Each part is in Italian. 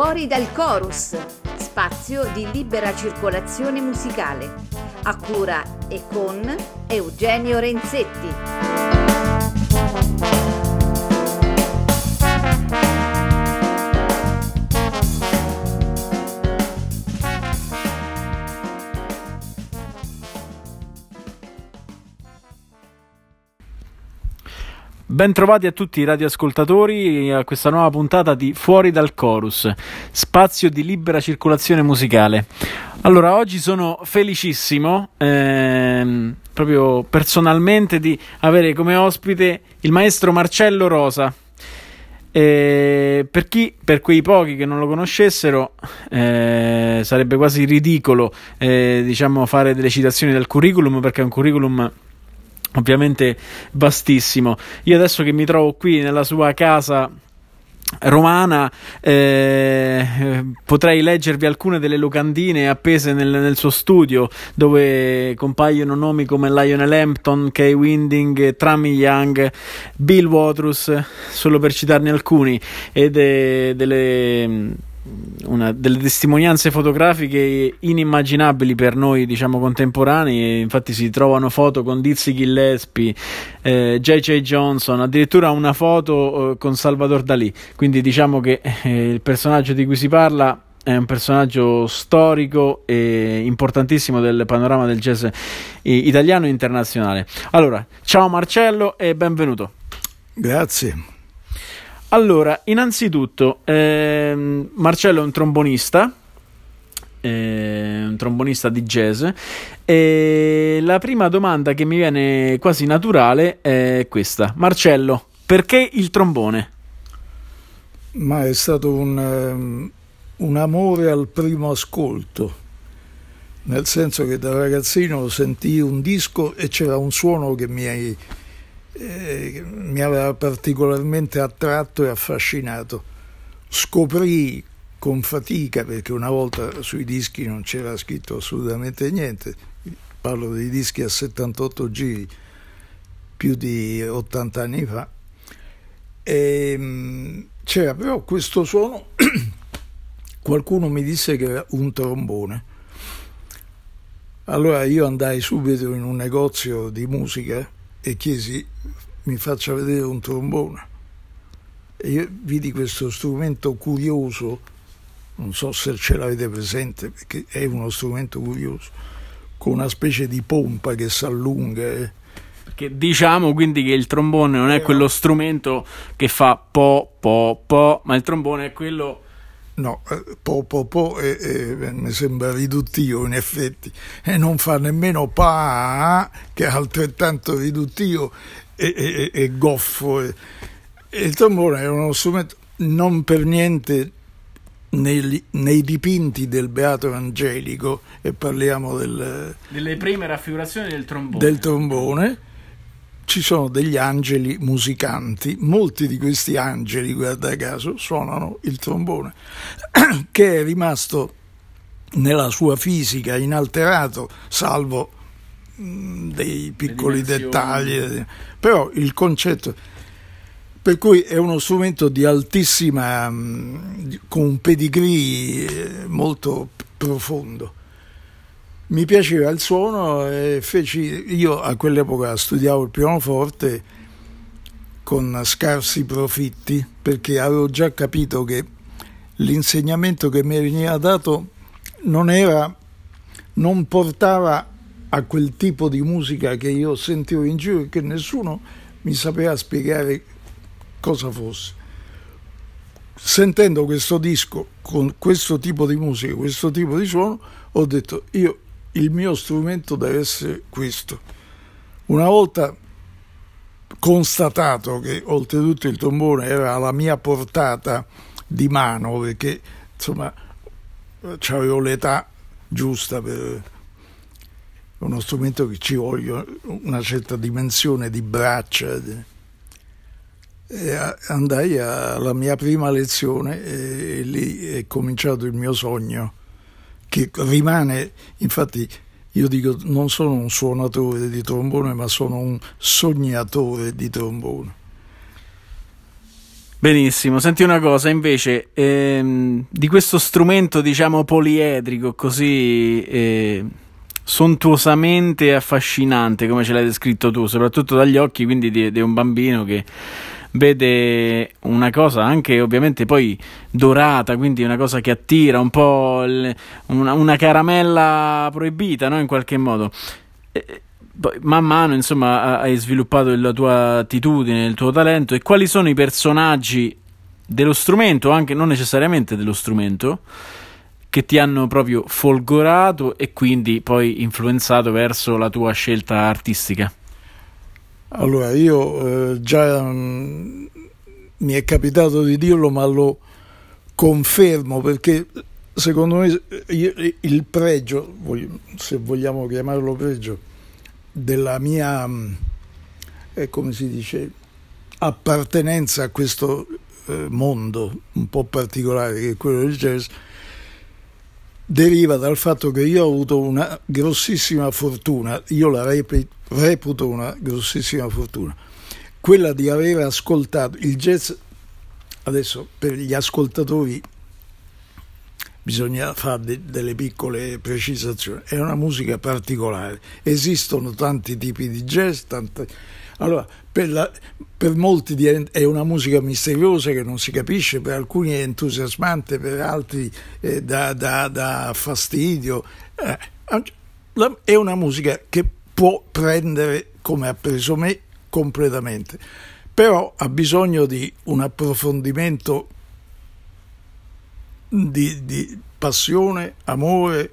Fuori dal Chorus, spazio di libera circolazione musicale, a cura e con Eugenio Renzetti. Bentrovati a tutti i radioascoltatori a questa nuova puntata di Fuori dal Chorus, spazio di libera circolazione musicale. Allora, oggi sono felicissimo, proprio personalmente, di avere come ospite il maestro Marcello Rosa. Per quei pochi che non lo conoscessero, sarebbe quasi ridicolo, fare delle citazioni del curriculum, perché è un curriculum ovviamente vastissimo. Io adesso che mi trovo qui nella sua casa romana, potrei leggervi alcune delle locandine appese nel suo studio, dove compaiono nomi come Lionel Hampton, Kay Winding, Trami Young, Bill Watrous, solo per citarne alcuni, ed delle testimonianze fotografiche inimmaginabili per noi, contemporanei. Infatti si trovano foto con Dizzy Gillespie, J.J. Johnson, addirittura una foto con Salvador Dalì. Quindi diciamo che il personaggio di cui si parla è un personaggio storico e importantissimo del panorama del jazz italiano e internazionale. Allora, ciao Marcello e benvenuto. Grazie. Allora, innanzitutto, Marcello è un trombonista di jazz, e la prima domanda che mi viene quasi naturale è questa: Marcello, perché il trombone? Ma è stato un amore al primo ascolto, nel senso che da ragazzino sentii un disco e c'era un suono che mi aveva particolarmente attratto e affascinato. Scoprì con fatica, perché una volta sui dischi non c'era scritto assolutamente niente, parlo dei dischi a 78 giri più di 80 anni fa, e c'era però questo suono. Qualcuno mi disse che era un trombone. Allora io andai subito in un negozio di musica e chiesi: mi faccia vedere un trombone. E io vidi questo strumento curioso, non so se ce l'avete presente, perché è uno strumento curioso, con una specie di pompa che si allunga. Perché diciamo quindi che il trombone non è quello strumento che fa po po po, ma il trombone è quello... No, po po po mi sembra riduttivo in effetti, e non fa nemmeno pa, che è altrettanto riduttivo e goffo. E il trombone è uno strumento non per niente nei dipinti del Beato Angelico, e parliamo delle prime raffigurazioni del trombone. Ci sono degli angeli musicanti, molti di questi angeli, guarda caso, suonano il trombone, che è rimasto nella sua fisica inalterato, salvo dei piccoli dettagli, però il concetto, per cui è uno strumento di altissima, con un pedigree molto profondo. Mi piaceva il suono e io a quell'epoca studiavo il pianoforte con scarsi profitti, perché avevo già capito che l'insegnamento che mi veniva dato non portava a quel tipo di musica che io sentivo in giro e che nessuno mi sapeva spiegare cosa fosse. Sentendo questo disco con questo tipo di musica, questo tipo di suono, ho detto: il mio strumento deve essere questo. Una volta constatato che oltretutto il trombone era alla mia portata di mano, perché insomma c'avevo l'età giusta per uno strumento che ci voglio una certa dimensione di braccia, e andai alla mia prima lezione e lì è cominciato il mio sogno, che rimane. Infatti io dico, non sono un suonatore di trombone, ma sono un sognatore di trombone. Benissimo, senti una cosa invece, di questo strumento diciamo poliedrico così sontuosamente affascinante come ce l'hai descritto tu, soprattutto dagli occhi quindi di un bambino che vede una cosa anche ovviamente poi dorata, quindi una cosa che attira un po' una caramella proibita, no? In qualche modo. Poi, man mano insomma hai sviluppato la tua attitudine, il tuo talento. E quali sono i personaggi dello strumento, anche non necessariamente dello strumento, che ti hanno proprio folgorato e quindi poi influenzato verso la tua scelta artistica? Allora io già mi è capitato di dirlo, ma lo confermo, perché secondo me il pregio, se vogliamo chiamarlo pregio, della mia, come si dice, appartenenza a questo mondo un po' particolare che è quello del jazz, deriva dal fatto che io ho avuto una grossissima fortuna, io la reputo una grossissima fortuna, quella di aver ascoltato il jazz. Adesso per gli ascoltatori bisogna fare delle piccole precisazioni. È una musica particolare, esistono tanti tipi di jazz, allora per molti è una musica misteriosa che non si capisce, per alcuni è entusiasmante, per altri dà fastidio. È una musica che può prendere, come ha preso me, completamente, però ha bisogno di un approfondimento di passione, amore,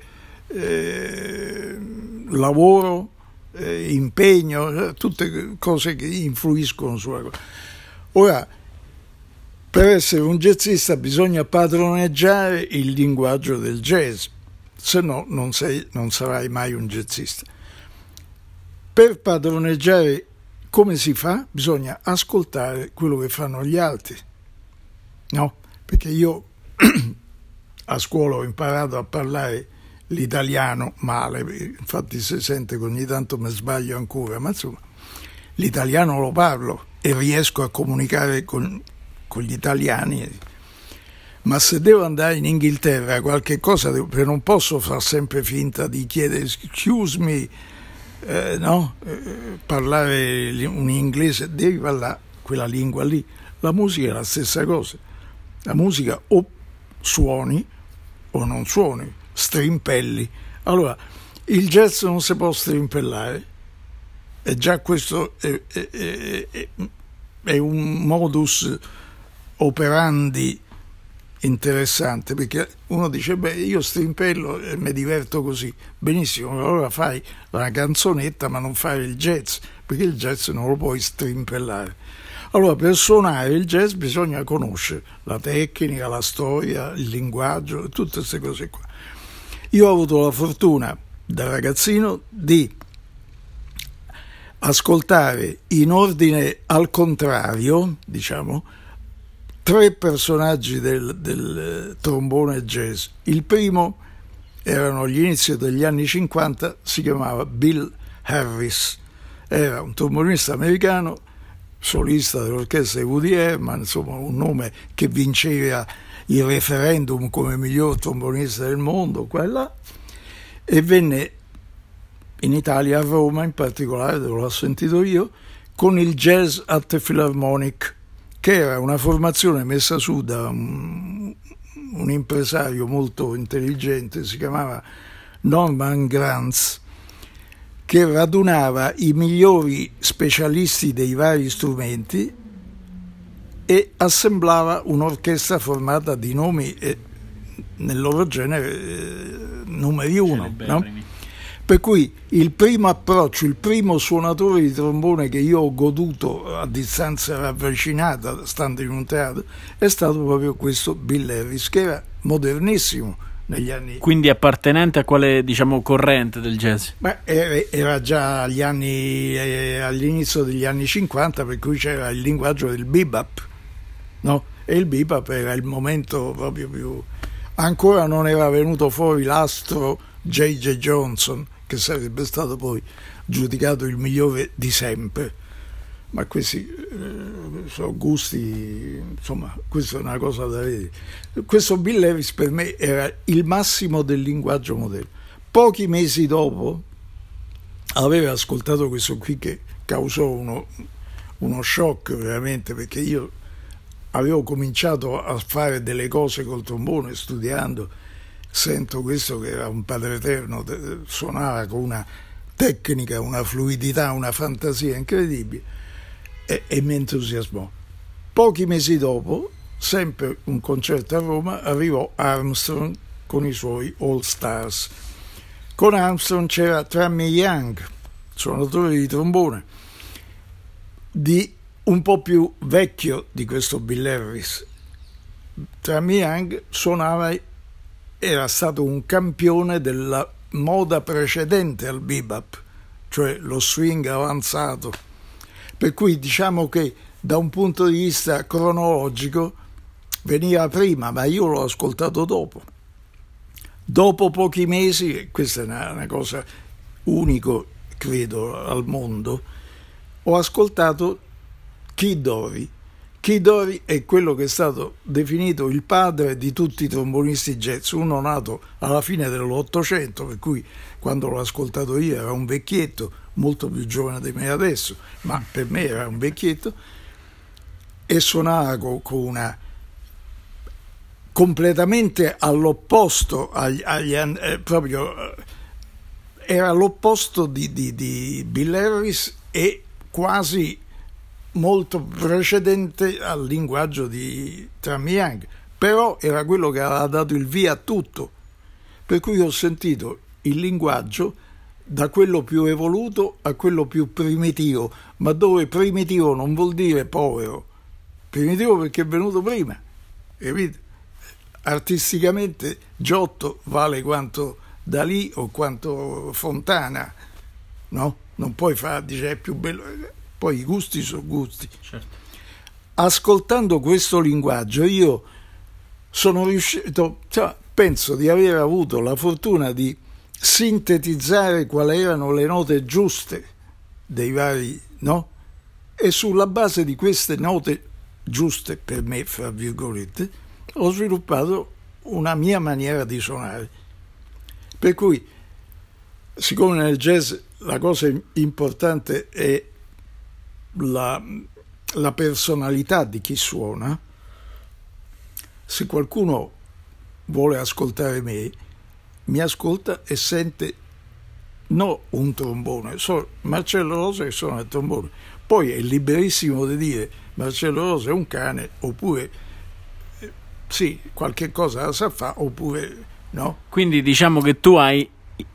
lavoro, impegno, tutte cose che influiscono sulla cosa. Ora, per essere un jazzista bisogna padroneggiare il linguaggio del jazz, se no non sarai mai un jazzista. Per padroneggiare come si fa? Bisogna ascoltare quello che fanno gli altri, no? Perché io a scuola ho imparato a parlare l'italiano male, infatti si sente che ogni tanto mi sbaglio ancora, ma insomma l'italiano lo parlo e riesco a comunicare con gli italiani, ma se devo andare in Inghilterra qualche cosa, perché non posso far sempre finta di chiedere excuse me, parlare un inglese, devi parlare quella lingua lì. La musica è la stessa cosa, la musica o suoni o non suoni, strimpelli. Allora il jazz non si può strimpellare, e già questo è un modus operandi interessante, perché uno dice io strimpello e mi diverto così, benissimo, allora fai la canzonetta ma non fai il jazz, perché il jazz non lo puoi strimpellare. Allora per suonare il jazz bisogna conoscere la tecnica, la storia, il linguaggio, tutte queste cose qua. Io ho avuto la fortuna da ragazzino di ascoltare in ordine al contrario, diciamo, 3 personaggi del trombone jazz. Il primo erano gli inizi degli anni 50, si chiamava Bill Harris, era un trombonista americano, solista dell'orchestra di Woody Herman, insomma un nome che vinceva il referendum come miglior trombonista del mondo, quella, e venne in Italia, a Roma in particolare, dove l'ho sentito io, con il Jazz at the Philharmonic, che era una formazione messa su da un impresario molto intelligente, si chiamava Norman Granz, che radunava i migliori specialisti dei vari strumenti e assemblava un'orchestra formata di nomi nel loro genere numeri 1, no? Per cui il primo approccio, il primo suonatore di trombone che io ho goduto a distanza ravvicinata, stando in un teatro, è stato proprio questo Bill Harris, che era modernissimo negli anni. Quindi appartenente a quale, diciamo, corrente del jazz? Beh, era già all'inizio degli anni 50, per cui c'era il linguaggio del bebop, no? E il bebop era il momento proprio più. Ancora non era venuto fuori l'astro J.J. Johnson, che sarebbe stato poi giudicato il migliore di sempre, ma questi sono gusti, insomma, questa è una cosa da vedere. Questo Bill Harris per me era il massimo del linguaggio moderno. Pochi mesi dopo avevo ascoltato questo qui che causò uno shock veramente, perché io avevo cominciato a fare delle cose col trombone studiando, sento questo che era un padre eterno, suonava con una tecnica, una fluidità, una fantasia incredibile, e mi entusiasmò. Pochi mesi dopo, sempre un concerto a Roma, arrivò Armstrong con i suoi All Stars. Con Armstrong c'era Trammy Young, suonatore di trombone, di un po' più vecchio di questo Bill Harris. Trammy Young era stato un campione della moda precedente al bebop, cioè lo swing avanzato, per cui diciamo che da un punto di vista cronologico veniva prima, ma io l'ho ascoltato dopo pochi mesi. Questa è una cosa unico, credo, al mondo. Ho ascoltato Kid Ory. Kid Ory è quello che è stato definito il padre di tutti i trombonisti jazz, uno nato alla fine dell'Ottocento, per cui quando l'ho ascoltato io era un vecchietto, molto più giovane di me adesso, ma per me era un vecchietto, e suonava con una completamente all'opposto proprio era l'opposto di Bill Harris e quasi molto precedente al linguaggio di Trammy Young, però era quello che aveva dato il via a tutto, per cui ho sentito il linguaggio da quello più evoluto a quello più primitivo, ma dove primitivo non vuol dire povero, primitivo perché è venuto prima, capite? Artisticamente Giotto vale quanto Dalì o quanto Fontana, no? Non puoi fare, dice, è più bello, poi i gusti sono gusti. Certo. Ascoltando questo linguaggio io sono riuscito, penso di aver avuto la fortuna di sintetizzare quali erano le note giuste dei vari, no? E sulla base di queste note giuste, per me, fra virgolette, ho sviluppato una mia maniera di suonare. Per cui, siccome nel jazz la cosa importante è la personalità di chi suona, se qualcuno vuole ascoltare me, mi ascolta e sente no un trombone, Marcello Rosa che suona il trombone, poi è liberissimo di dire Marcello Rosa è un cane, oppure sì, qualche cosa la sa fare, oppure no. Quindi diciamo che tu hai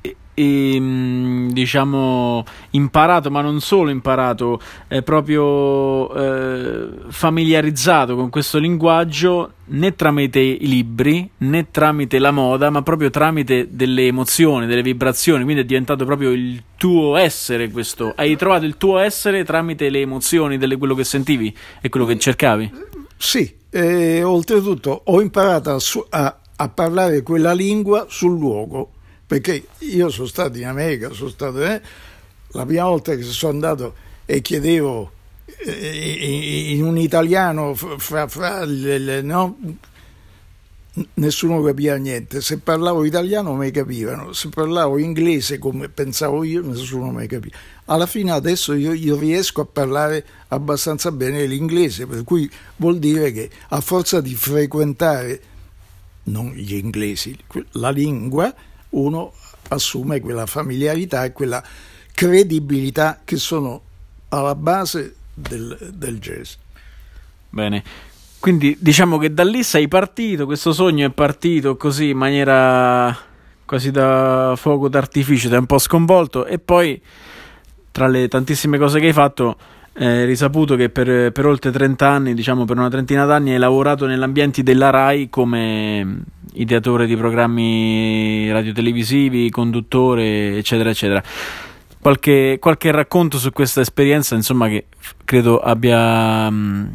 diciamo imparato, ma non solo imparato, proprio familiarizzato con questo linguaggio, né tramite i libri né tramite la moda, ma proprio tramite delle emozioni, delle vibrazioni. Quindi è diventato proprio il tuo essere, questo hai trovato il tuo essere tramite le emozioni, quello che sentivi e quello che cercavi. Sì, oltretutto ho imparato a parlare quella lingua sul luogo, perché io sono stato in America, la prima volta che sono andato e chiedevo in un italiano no? Nessuno capiva niente. Se parlavo italiano mi capivano, se parlavo inglese come pensavo io nessuno mi capiva. Alla fine adesso io riesco a parlare abbastanza bene l'inglese, per cui vuol dire che a forza di frequentare non gli inglesi, la lingua, uno assume quella familiarità e quella credibilità che sono alla base del jazz. Bene, quindi diciamo che da lì sei partito, questo sogno è partito così in maniera quasi da fuoco d'artificio, ti è un po' sconvolto, e poi tra le tantissime cose che hai fatto risaputo che per oltre 30 anni, diciamo per una trentina d'anni, hai lavorato nell'ambiente della RAI come ideatore di programmi radiotelevisivi, conduttore, eccetera eccetera. Qualche racconto su questa esperienza, insomma, che credo abbia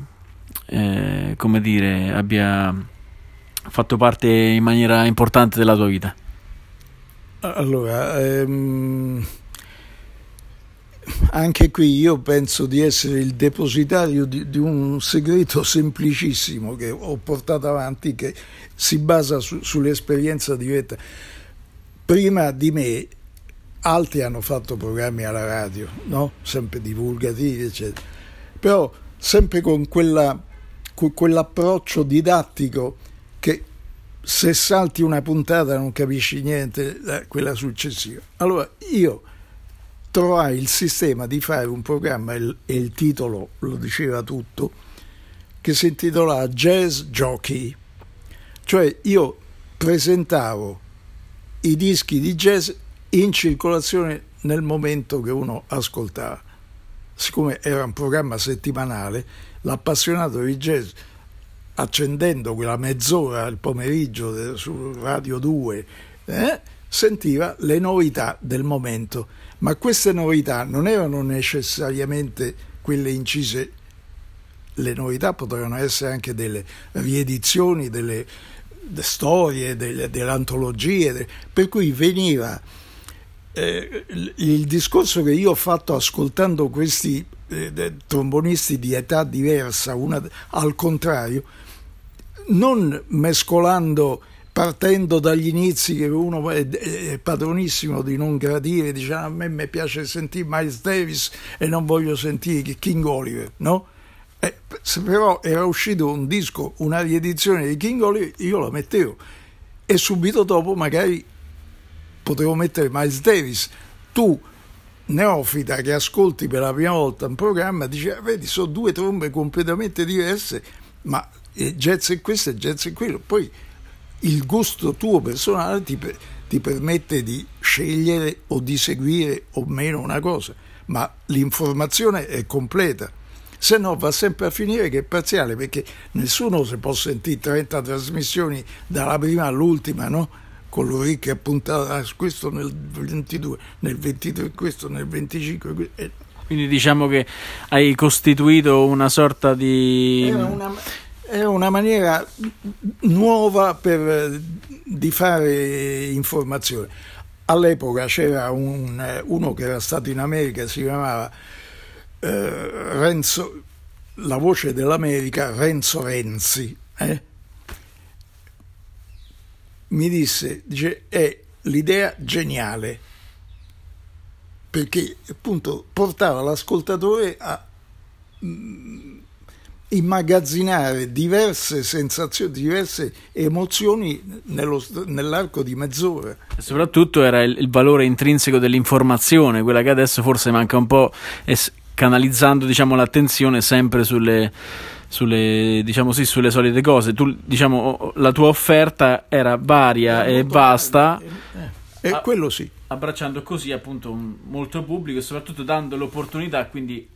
abbia fatto parte in maniera importante della tua vita. Allora, anche qui io penso di essere il depositario di un segreto semplicissimo che ho portato avanti, che si basa sull'esperienza diretta. Prima di me altri hanno fatto programmi alla radio, no? Sempre divulgativi, eccetera, però sempre con quell'approccio didattico che se salti una puntata non capisci niente, quella successiva. Allora io trovai il sistema di fare un programma, e il titolo lo diceva tutto, che si intitolava Jazz Jockey, cioè io presentavo i dischi di jazz in circolazione nel momento che uno ascoltava. Siccome era un programma settimanale, l'appassionato di jazz, accendendo quella mezz'ora al pomeriggio su Radio 2, sentiva le novità del momento, ma queste novità non erano necessariamente quelle incise. Le novità potevano essere anche delle riedizioni, delle storie, delle antologie, per cui veniva il discorso che io ho fatto ascoltando questi trombonisti di età diversa, una al contrario, non mescolando, partendo dagli inizi che uno è padronissimo di non gradire, dice a me piace sentire Miles Davis e non voglio sentire King Oliver, no? Se però era uscito un disco, una riedizione di King Oliver, io la mettevo e subito dopo magari potevo mettere Miles Davis. Tu, neofita che ascolti per la prima volta un programma, dici vedi, sono due trombe completamente diverse, ma jazz è questo e jazz è quello. Poi il gusto tuo personale ti permette di scegliere o di seguire o meno una cosa, ma l'informazione è completa. Se no va sempre a finire che è parziale, perché nessuno si può sentire 30 trasmissioni dalla prima all'ultima, no? Con l'orecchio appuntato questo nel 22, nel 23 questo, nel 25 Quindi diciamo che hai costituito una sorta di... È una maniera nuova di fare informazione. All'epoca c'era uno che era stato in America, si chiamava Renzo, la voce dell'America, Renzo Renzi, mi dice è l'idea geniale, perché appunto portava l'ascoltatore a immagazzinare diverse sensazioni, diverse emozioni nell'arco di mezz'ora. E soprattutto era il valore intrinseco dell'informazione, quella che adesso forse manca un po', canalizzando diciamo l'attenzione sempre sulle diciamo sì, sulle solite cose. Tu diciamo la tua offerta era varia e vasta, quello sì, abbracciando così appunto molto pubblico e soprattutto dando l'opportunità quindi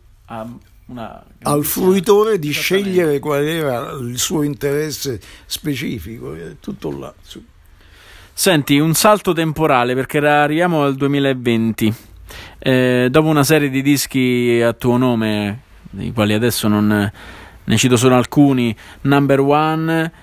al fruitore di scegliere qual era il suo interesse specifico, tutto là. Senti, un salto temporale, perché arriviamo al 2020, dopo una serie di dischi a tuo nome, dei quali adesso ne cito solo alcuni, Number One,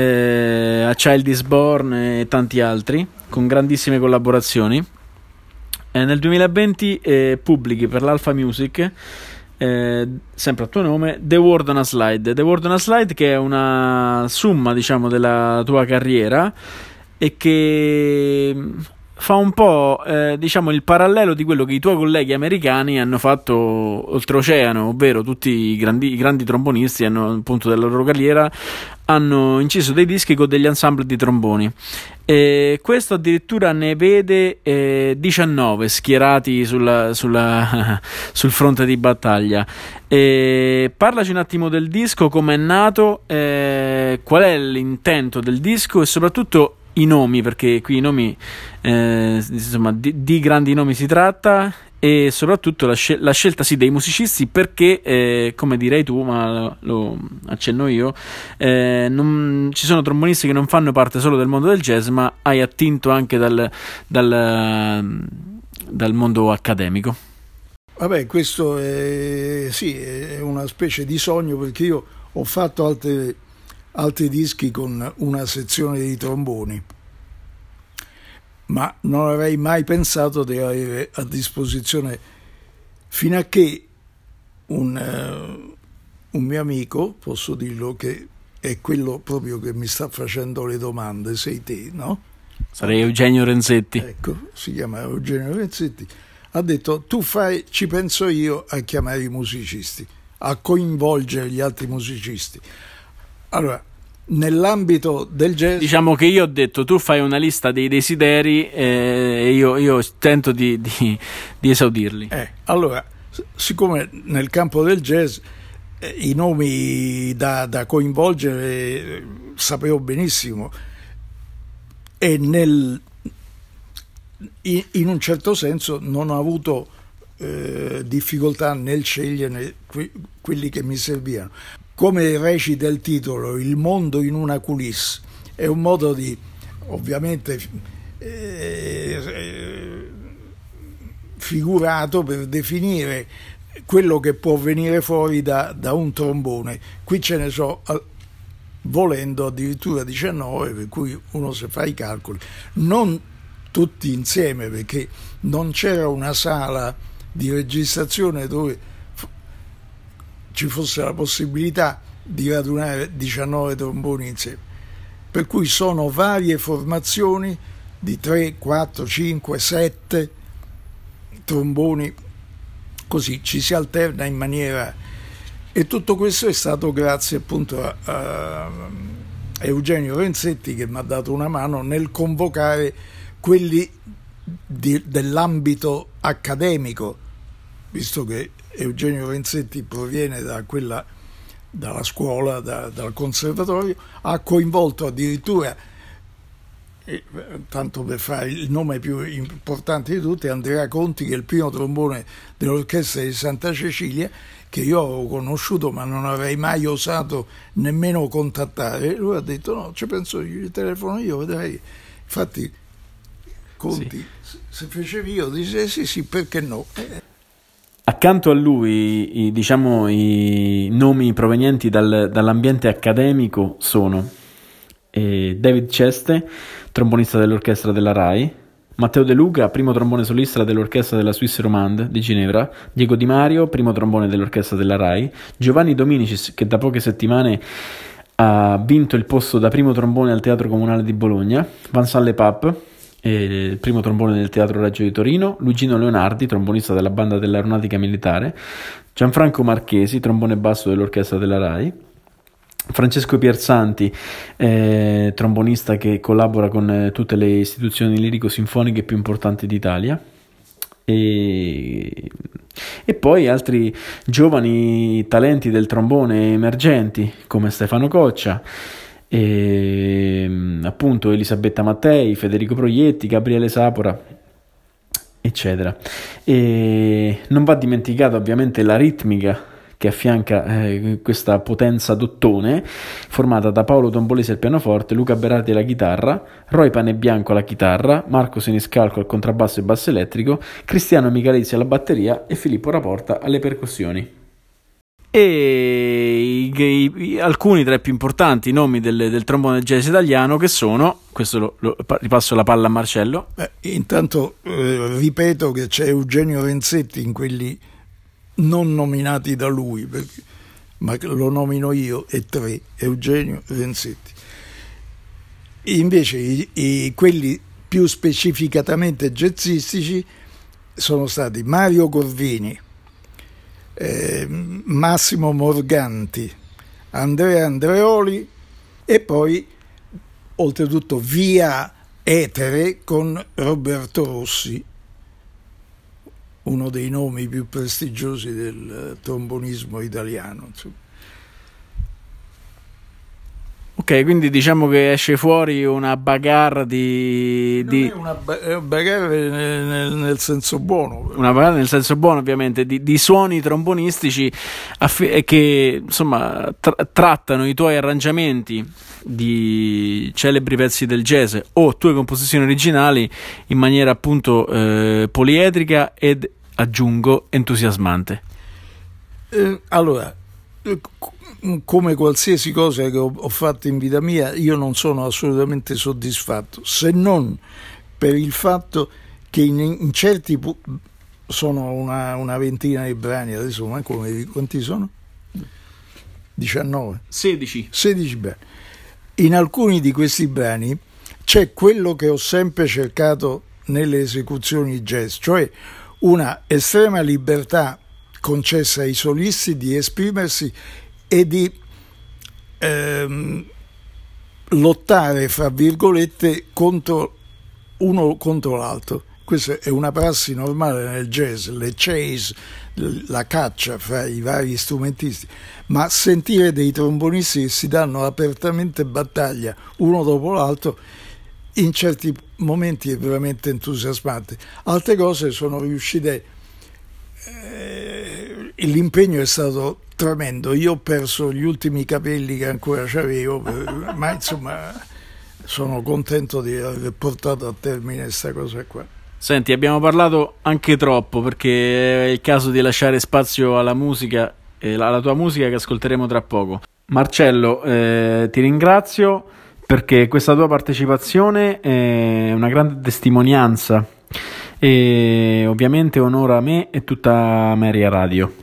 A Child Is Born e tanti altri, con grandissime collaborazioni, nel 2020 pubblichi per l'Alpha Music, sempre a tuo nome, The Word on a Slide. The Word on a Slide, che è una somma diciamo della tua carriera e che fa un po' diciamo il parallelo di quello che i tuoi colleghi americani hanno fatto oltreoceano, ovvero tutti i grandi trombonisti appunto della loro carriera hanno inciso dei dischi con degli ensemble di tromboni. Questo addirittura ne vede 19 schierati sul fronte di battaglia. Parlaci un attimo del disco, come è nato, qual è l'intento del disco e soprattutto i nomi, perché qui i nomi insomma di grandi nomi si tratta, e soprattutto la scelta sì dei musicisti, perché come direi tu, ma lo accenno io, non ci sono trombonisti che non fanno parte solo del mondo del jazz, ma hai attinto anche dal mondo accademico. Vabbè, questo è una specie di sogno, perché io ho fatto altri dischi con una sezione di tromboni, ma non avrei mai pensato di avere a disposizione fino a che un mio amico, posso dirlo, che è quello proprio che mi sta facendo le domande, sei te, no? Sarei Eugenio Renzetti. Ecco, si chiama Eugenio Renzetti. Ha detto: tu fai, ci penso io a chiamare i musicisti, a coinvolgere gli altri musicisti. Allora, nell'ambito del jazz, diciamo che io ho detto: tu fai una lista dei desideri e io tento di esaudirli. Allora, siccome nel campo del jazz i nomi da coinvolgere sapevo benissimo, e in un certo senso non ho avuto difficoltà nel scegliere quelli che mi servivano. Come recita il titolo, il mondo in una coulisse, è un modo di, ovviamente, figurato per definire quello che può venire fuori da un trombone. Qui ce ne so, volendo, addirittura 19, per cui uno si fa i calcoli, non tutti insieme, perché non c'era una sala di registrazione dove ci fosse la possibilità di radunare 19 tromboni insieme, per cui sono varie formazioni di 3, 4, 5, 7 tromboni, così ci si alterna in maniera, e tutto questo è stato grazie appunto a Eugenio Renzetti, che mi ha dato una mano nel convocare quelli dell'ambito accademico, visto che Eugenio Renzetti proviene dalla scuola, dal conservatorio. Ha coinvolto addirittura, tanto per fare il nome più importante di tutti, Andrea Conti, che è il primo trombone dell'orchestra di Santa Cecilia, che io avevo conosciuto ma non avrei mai osato nemmeno contattare. Lui ha detto: no, ci penso io, gli telefono io, vedrai. Infatti Conti, sì, se fecevi io, dice sì, perché no? Accanto a lui, diciamo, i nomi provenienti dall'ambiente accademico sono David Ceste, trombonista dell'orchestra della RAI, Matteo De Luca, primo trombone solista dell'orchestra della Suisse Romande di Ginevra, Diego Di Mario, primo trombone dell'orchestra della RAI, Giovanni Dominicis, che da poche settimane ha vinto il posto da primo trombone al Teatro Comunale di Bologna, Vincent Lepap, il primo trombone del Teatro Regio di Torino, Luigino Leonardi, trombonista della banda dell'Aeronautica Militare, Gianfranco Marchesi, trombone basso dell'orchestra della RAI, Francesco Piersanti, trombonista che collabora con tutte le istituzioni lirico-sinfoniche più importanti d'Italia, e poi altri giovani talenti del trombone emergenti come Stefano Coccia, appunto Elisabetta Mattei, Federico Proietti, Gabriele Sapora, eccetera. E non va dimenticata ovviamente la ritmica che affianca questa potenza d'ottone, formata da Paolo Tombolesi al pianoforte, Luca Berardi alla chitarra, Roy Panebianco alla chitarra, Marco Seniscalco al contrabbasso e basso elettrico, Cristiano Michalizzi alla batteria e Filippo Raporta alle percussioni. E alcuni tra i più importanti nomi del trombone jazz italiano, che sono, questo ripasso la palla a Marcello. Intanto ripeto che c'è Eugenio Renzetti in quelli non nominati da lui, ma lo nomino io, e 3, Eugenio Renzetti. Invece quelli più specificatamente jazzistici sono stati Mario Corvini, Massimo Morganti, Andrea Andreoli, e poi oltretutto via etere con Roberto Rossi, uno dei nomi più prestigiosi del trombonismo italiano, insomma. Ok, quindi diciamo che esce fuori una bagarre Non è una bagarre nel senso buono. Una bagarre nel senso buono, ovviamente, di suoni trombonistici che insomma trattano i tuoi arrangiamenti di celebri pezzi del jazz o tue composizioni originali in maniera appunto poliedrica ed, aggiungo, entusiasmante. Allora, come qualsiasi cosa che ho fatto in vita mia, io non sono assolutamente soddisfatto, se non per il fatto che in certi sono una ventina di brani, adesso quanti sono? 19? 16 brani. In alcuni di questi brani c'è quello che ho sempre cercato nelle esecuzioni jazz, cioè una estrema libertà concessa ai solisti di esprimersi e di lottare, fra virgolette, uno contro l'altro. Questa è una prassi normale nel jazz, le chase, la caccia fra i vari strumentisti, ma sentire dei trombonisti che si danno apertamente battaglia uno dopo l'altro in certi momenti è veramente entusiasmante. Altre cose sono riuscite, l'impegno è stato tremendo. Io ho perso gli ultimi capelli che ancora c'avevo, ma insomma sono contento di aver portato a termine questa cosa qua. Senti, abbiamo parlato anche troppo, perché è il caso di lasciare spazio alla musica, alla tua musica che ascolteremo tra poco. Marcello, ti ringrazio perché questa tua partecipazione è una grande testimonianza e ovviamente onora me e tutta Meria Radio.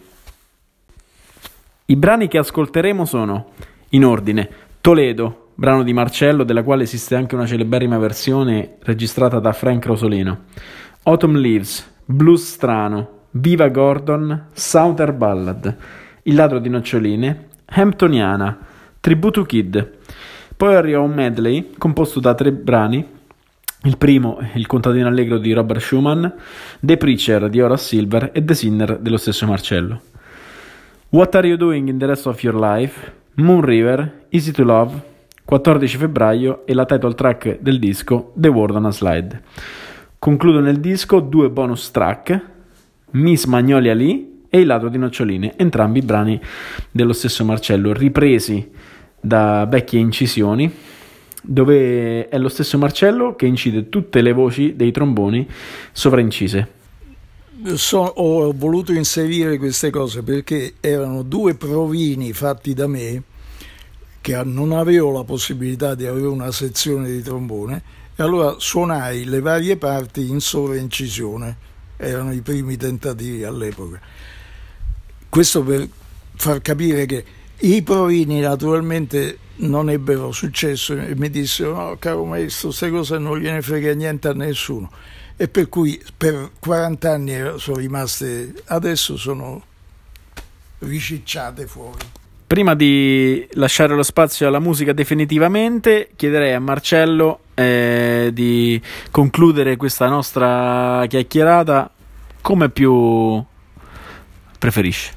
I brani che ascolteremo sono, in ordine, Toledo, brano di Marcello, della quale esiste anche una celeberrima versione registrata da Frank Rosolino, Autumn Leaves, Blues Strano, Viva Gordon, Southern Ballad, Il ladro di noccioline, Hamptoniana, Tributo Kid. Poi arriva un medley composto da 3 brani. Il primo, il contadino allegro di Robert Schumann, The Preacher di Horace Silver e The Sinner dello stesso Marcello. What Are You Doing in the Rest of Your Life, Moon River, Easy to Love, 14 febbraio e la title track del disco The Word on a Slide. Concludono il disco 2 bonus track, Miss Magnolia Lee e Il ladro di noccioline, entrambi brani dello stesso Marcello, ripresi da vecchie incisioni, dove è lo stesso Marcello che incide tutte le voci dei tromboni sovraincise. Ho voluto inserire queste cose perché erano 2 provini fatti da me, che non avevo la possibilità di avere una sezione di trombone, e allora suonai le varie parti in sovraincisione. Erano i primi tentativi all'epoca. Questo per far capire che i provini naturalmente non ebbero successo e mi dissero: no, caro maestro, queste cose non gliene frega niente a nessuno, e per cui per 40 anni sono rimaste, adesso sono ricicciate fuori. Prima di lasciare lo spazio alla musica definitivamente, chiederei a Marcello di concludere questa nostra chiacchierata come più preferisce.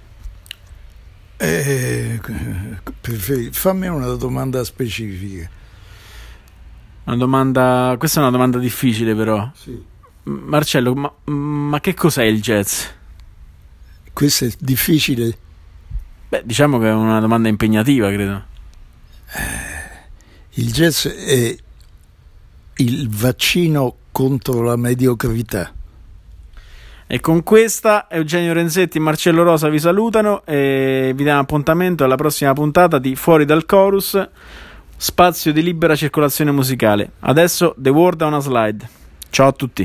Fammi una domanda specifica. Questa è una domanda difficile, però. Sì. Marcello, ma che cos'è il jazz? Questo è difficile. Beh, diciamo che è una domanda impegnativa, credo. Il jazz è il vaccino contro la mediocrità. E con questa Eugenio Renzetti e Marcello Rosa vi salutano e vi diamo appuntamento alla prossima puntata di Fuori dal Chorus, spazio di libera circolazione musicale. Adesso The Word on a Slide. Ciao a tutti.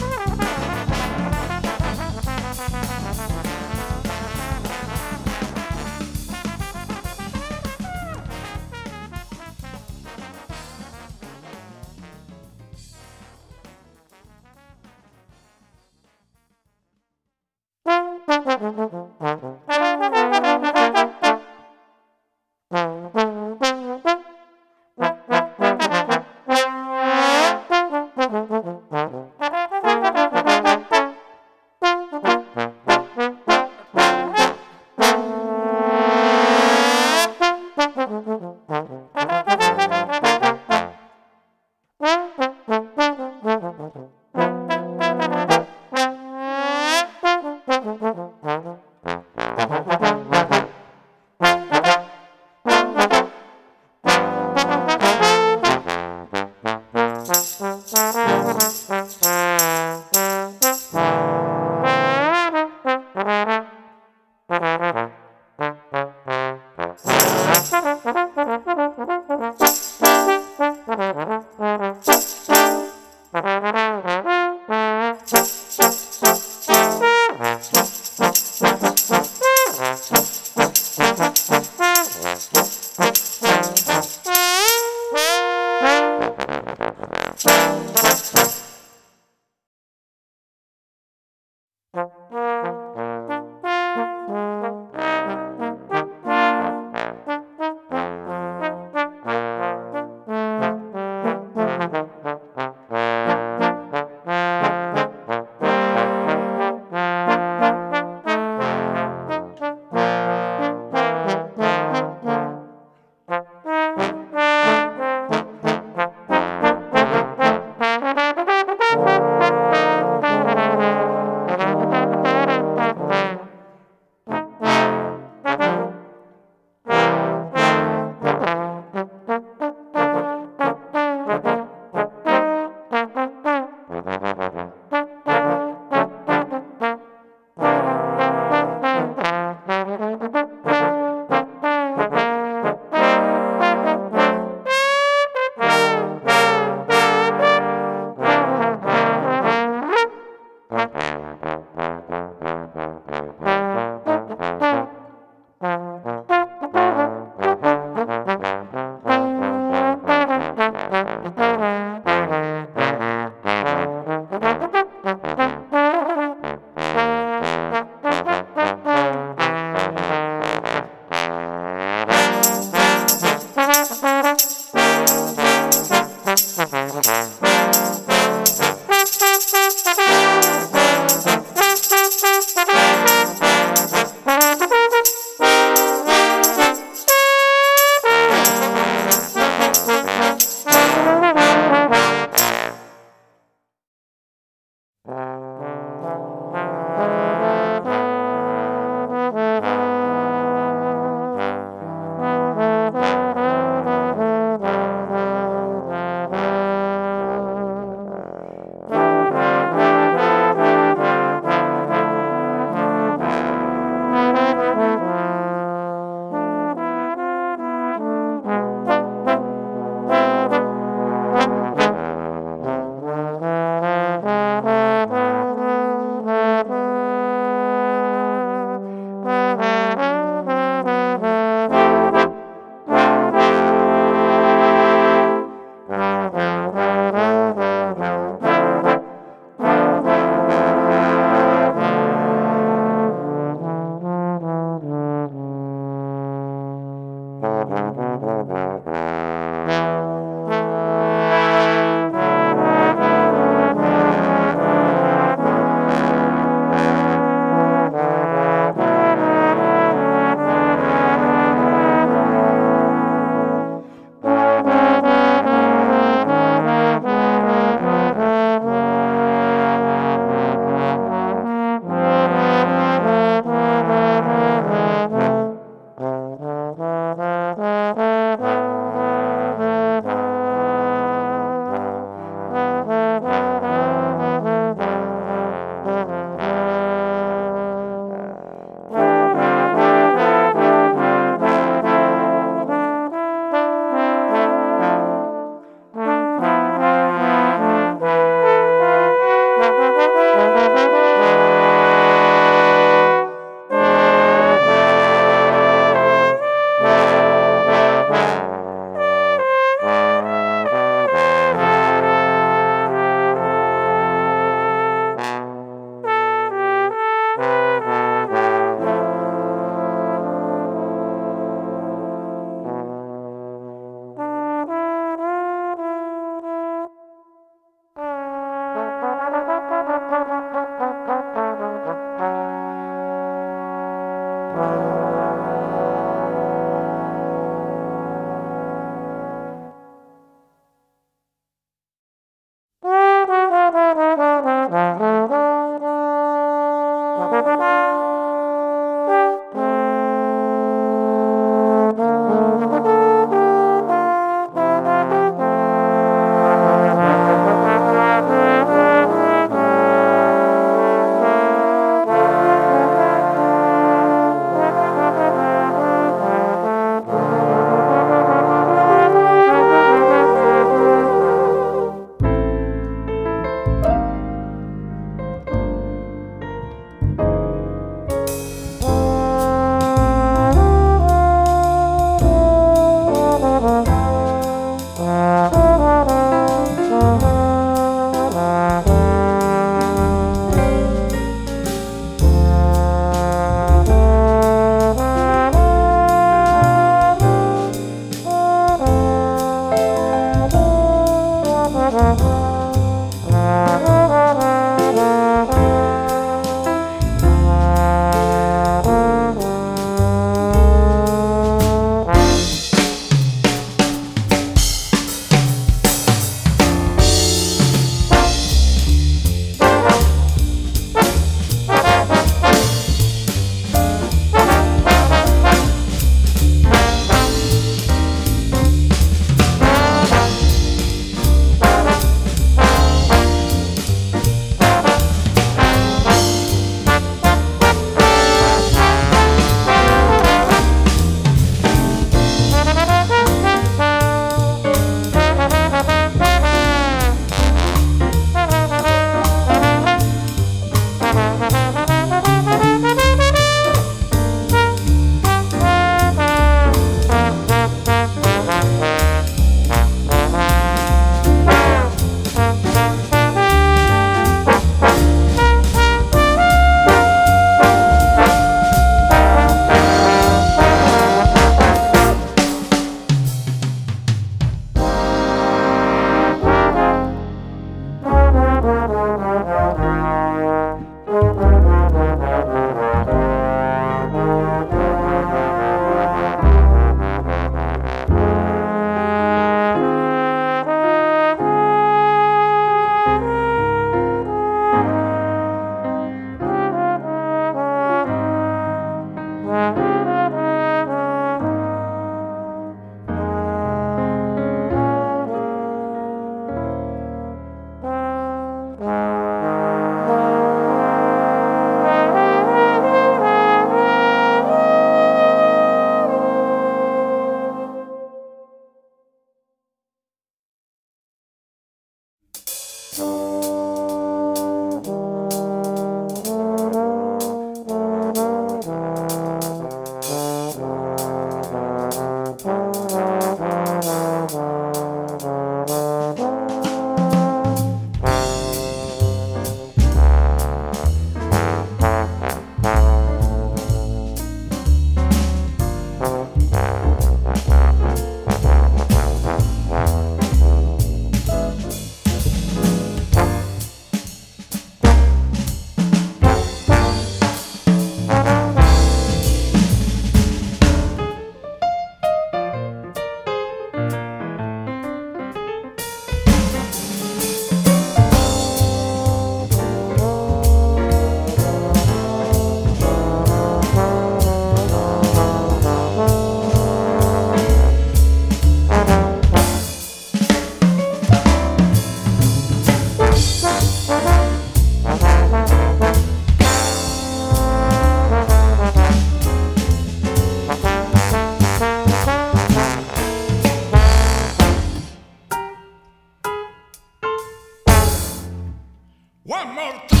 One more time.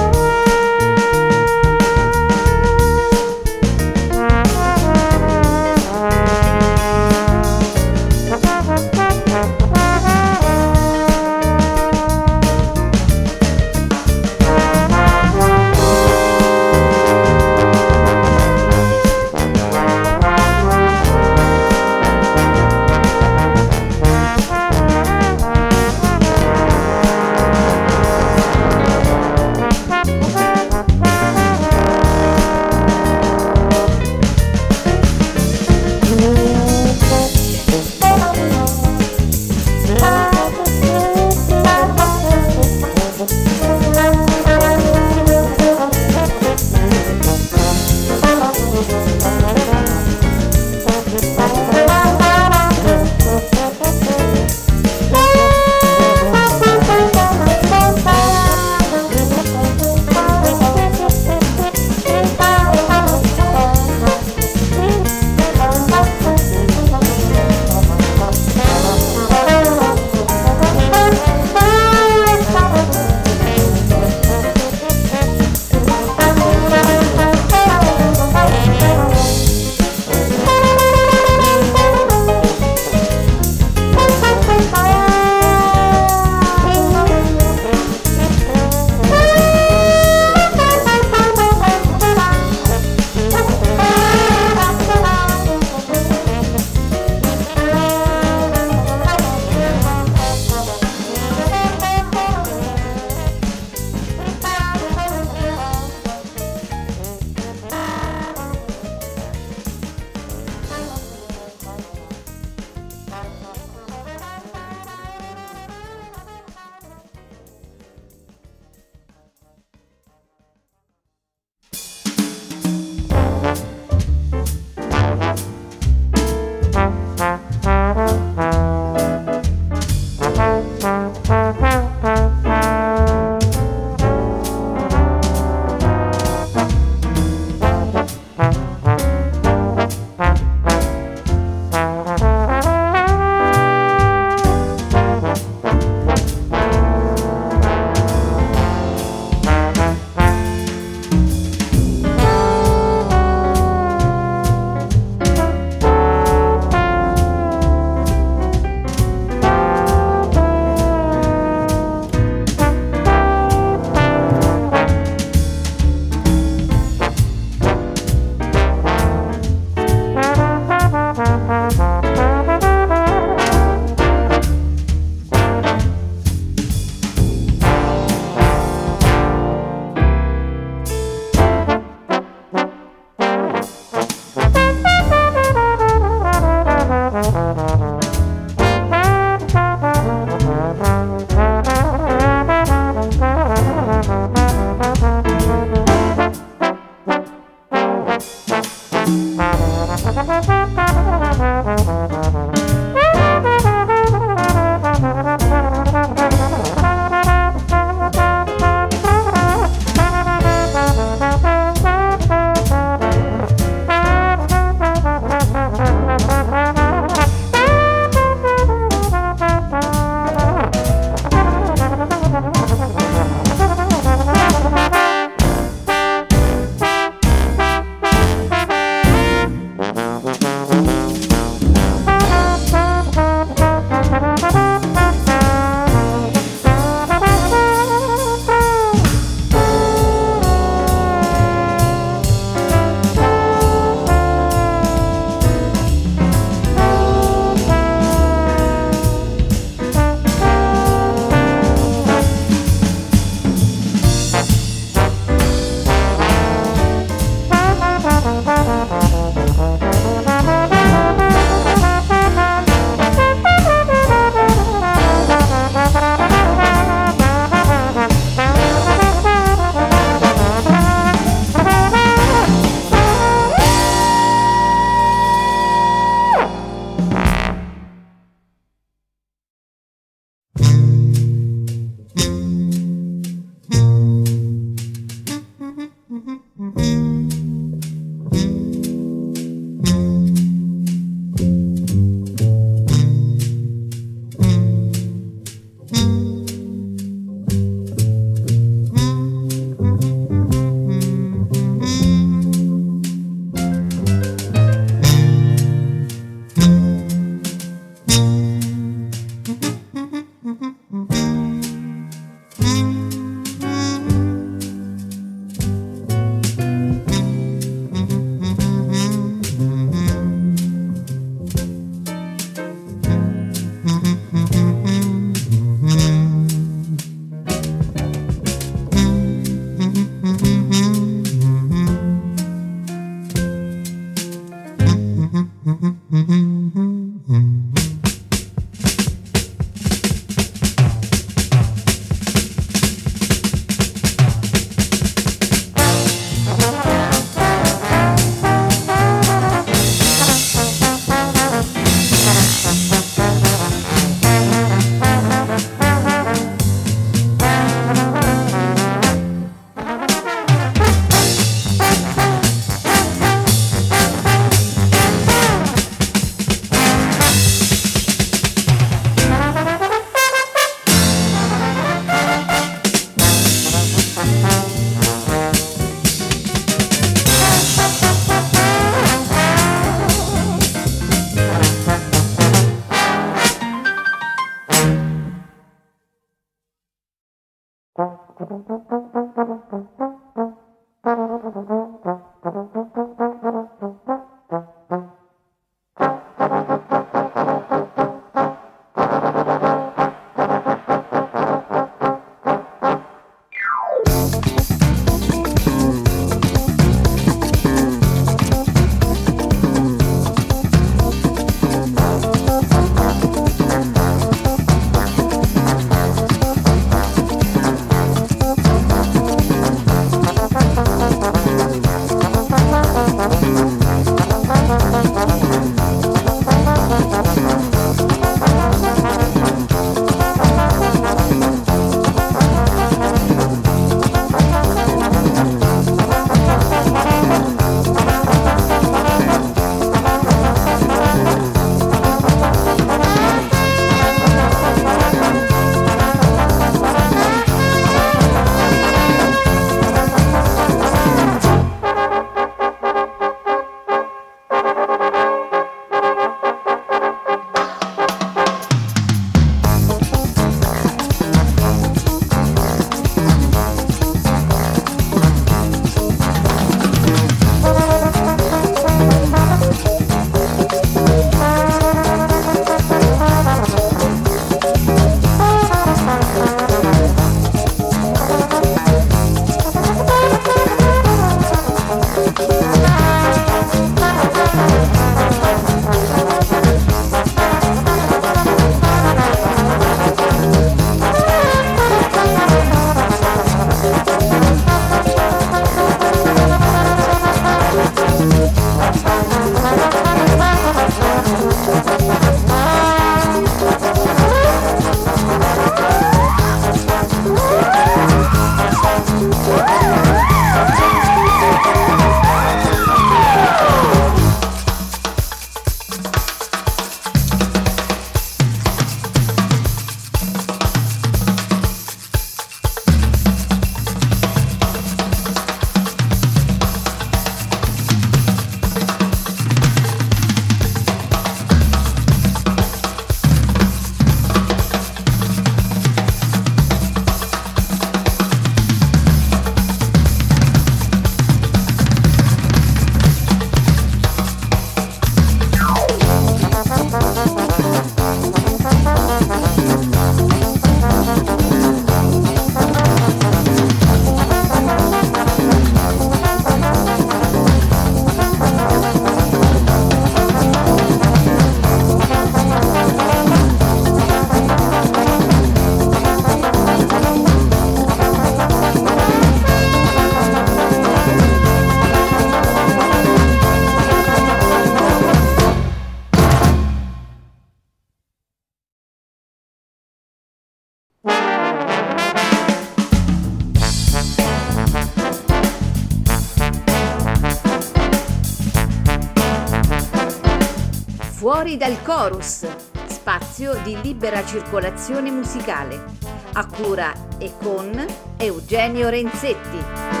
Fuori dal chorus, spazio di libera circolazione musicale, a cura e con Eugenio Renzetti.